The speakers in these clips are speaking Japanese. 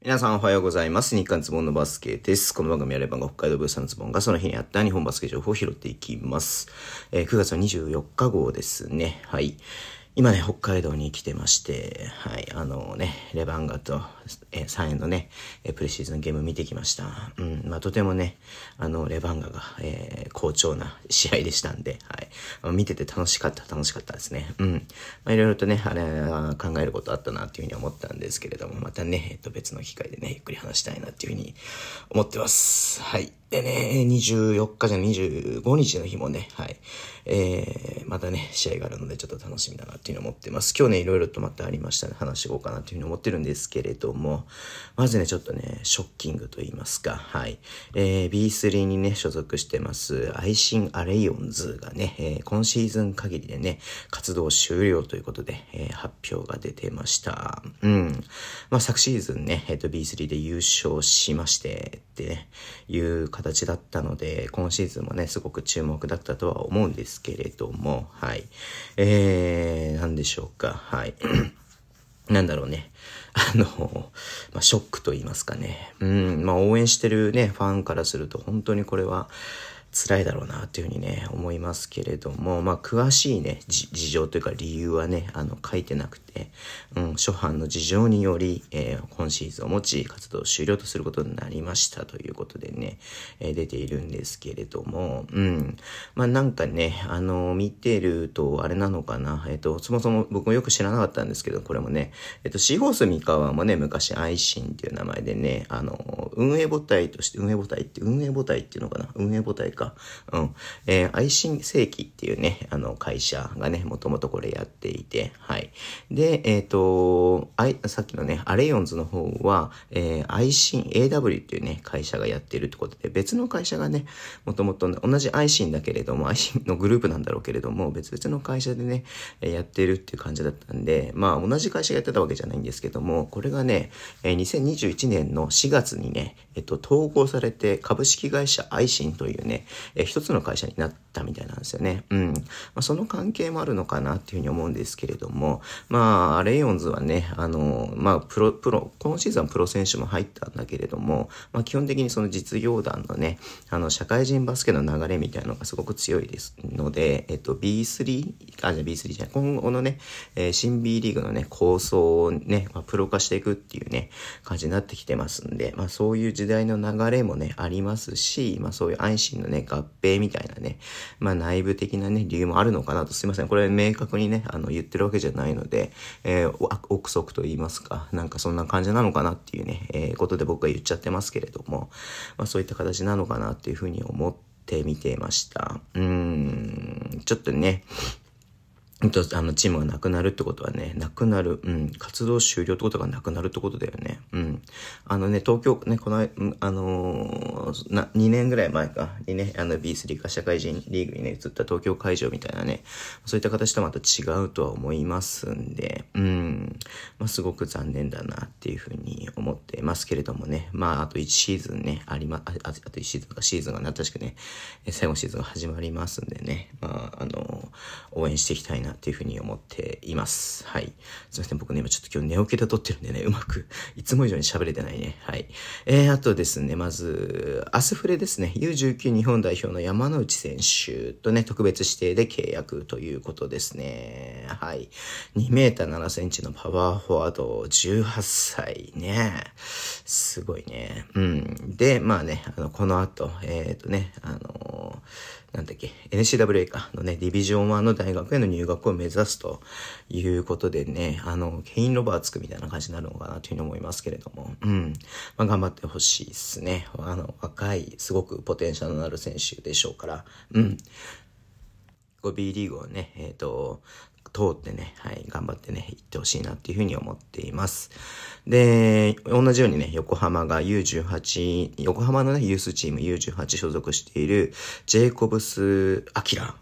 皆さんおはようございます。日刊ズボンのバスケです。この番組はレバンが北海道ブースターのズボンがその日にあった日本バスケ情報を拾っていきます。9月の24日号ですね。はい。今ね、北海道に来てまして、はい、レバンガと、3円のね、プレシーズンゲーム見てきました。とてもね、レバンガが、好調な試合でしたんで、はい。見てて楽しかったですね。いろいろとね、考えることあったなっていうふうに思ったんですけれども、またね、別の機会でね、ゆっくり話したいなっていうふうに思ってます。はい。でね、24日じゃ25日の日もね、はい。またね、試合があるのでちょっと楽しみだなっていうのを思ってます。今日ね、いろいろとまたありましたね、話していこうかなっていうふうに思ってるんですけれども、まずね、ちょっとね、ショッキングと言いますか、はい。B3 にね、所属してます、アイシン・アレイオンズがね、今シーズン限りでね、活動終了ということで、発表が出てました。昨シーズンね、B3 で優勝しまして、ってね、いう形だったので、今シーズンもね、すごく注目だったとは思うんですけれども、はい。なんでしょうか、はい。なんだろうね。ショックと言いますかね。応援してるね、ファンからすると本当にこれは辛いだろうなというふうにね、思いますけれども、詳しいね、事情というか理由はね、書いてなくて、諸般の事情により、今シーズンをもち活動を終了とすることになりましたということでね、出ているんですけれども、なんかね、見てるとあれなのかな、そもそも僕もよく知らなかったんですけど、これもね、シーホース三河もね、昔アイシンっていう名前でね、運営母体っていうのかな、運営母体か。アイシン正規っていうね、会社がね、もともとこれやっていて、はい。で、さっきのね、アレイオンズの方は、アイシン AW っていうね、会社がやってるってことで、別の会社がね、もともと同じアイシンだけれども、アイシンのグループなんだろうけれども、別々の会社でね、やってるっていう感じだったんで、同じ会社がやってたわけじゃないんですけども、これがね、2021年の4月にね、統合されて株式会社アイシンというね、一つの会社になったみたいなんですよね。その関係もあるのかなっていうふうに思うんですけれども、レイオンズはね、今シーズンはプロ選手も入ったんだけれども、基本的にその実業団のね、社会人バスケの流れみたいなのがすごく強いですので、B3 じゃない、今後のね、新 B リーグのね、構想をね、プロ化していくっていうね、感じになってきてますんで、そういう時代の流れもね、ありますし、そういうアイシンのね、合併みたいなね、内部的なね、理由もあるのかなと、すいません。これ明確にね、言ってるわけじゃないので、憶測と言いますか、なんかそんな感じなのかなっていうね、ことで僕は言っちゃってますけれども、そういった形なのかなっていうふうに思って見てました。ちょっとね、チームがなくなるってことはね、活動終了ってことがなくなるってことだよね。東京ね、この、2年ぐらい前かにね、B3 か社会人リーグにね、移った東京会場みたいなね、そういった形とまた違うとは思いますんで、すごく残念だなっていうふうに思ってますけれどもね、あと1シーズンね、あと1シーズンが確かね、最後シーズンが始まりますんでね、応援していきたいなっていうふうに思っています。はい。すいません、僕ね、今ちょっと今日寝起きで撮ってるんでね、うまく、いつも以上に喋れてないね。はい。あとですね、まず、アスフレですね、U19 日本代表の山之内選手とね、特別指定で契約ということですね。はい。2メーター7センチのパワーフォワード、18歳ね。すごいね。で、この後、NCAA かのね、ディビジョン1の大学への入学を目指すということでね、ケイン・ロバーツクみたいな感じになるのかなというふうに思いますけれども、頑張ってほしいですね。若い、すごくポテンシャルのある選手でしょうから、B リーグをね、通ってね、はい、頑張ってね、行ってほしいなっていうふうに思っています。で、同じようにね、横浜のね、ユースチーム U18 所属しているジェイコブス・アキラ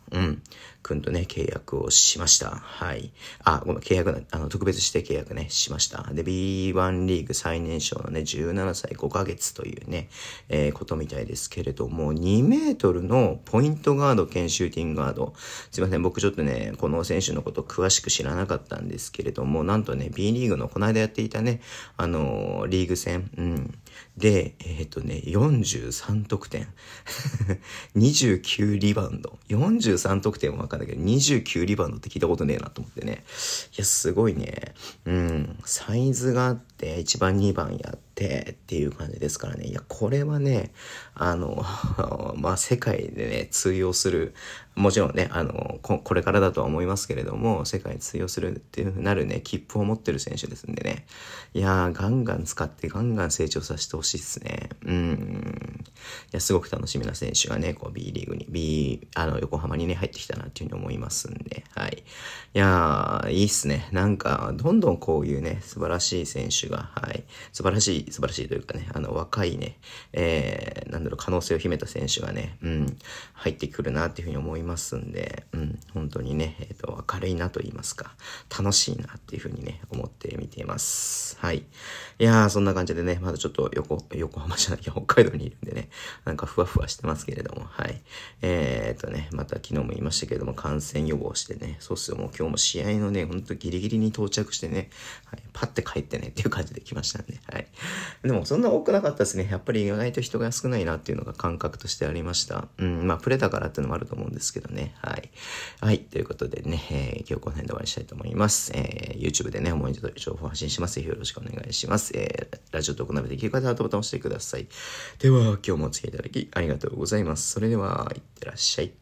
くんとね、契約をしました。はい。ごめん、契約特別指定契約ね、しました。で、B1 リーグ最年少のね、17歳5ヶ月というね、ことみたいですけれども、2メートルのポイントガード兼シューティングガード。すいません、僕ちょっとね、この選手のこと詳しく知らなかったんですけれども、なんとね、B リーグのこの間やっていたね、リーグ戦、で、43得点。29リバウンド。43得点は分かんないけど、29リバウンドって聞いたことねえなと思ってね。いや、すごいね。サイズがあって、1番2番やってっていう感じですからね。いや、これはね、世界でね、通用する、もちろんね、これからだとは思いますけれども、世界に通用するっていう風になるね、切符を持ってる選手ですんでね。いやー、ガンガン使ってガンガン成長させてほしいですね。いや、すごく楽しみな選手がね、こう B リーグに、横浜にね、入ってきたなっていうふうに思いますんで、はい。いやー、いいっすね。なんか、どんどんこういうね、素晴らしい選手が、はい。素晴らしいというかね、若いね、可能性を秘めた選手がね、入ってくるなっていうふうに思いますんで、本当にね、明るいなと言いますか、楽しいなっていうふうにね、思って見ています。はい。いやー、そんな感じでね、まだちょっと横浜じゃなきゃ北海道にいるんでね、なんかふわふわしてますけれども、はい。また昨日も言いましたけれども、感染予防してね、そうっすよ、もう今日も試合のね、ほんとギリギリに到着してね、はい、パッて帰ってねっていう感じで来ましたんで、はい。でもそんな多くなかったですね。やっぱり意外と人が少ないなっていうのが感覚としてありました。プレだからっていうのもあると思うんですけどね、はい。はい、ということでね、今日この辺で終わりにしたいと思います。YouTube でね、思い出と情報を発信します。よろしくお願いします。ラジオトークなどできる方はハートボタンを押してください。では、今日もお付き合いいただきありがとうございます。それでは、いってらっしゃい。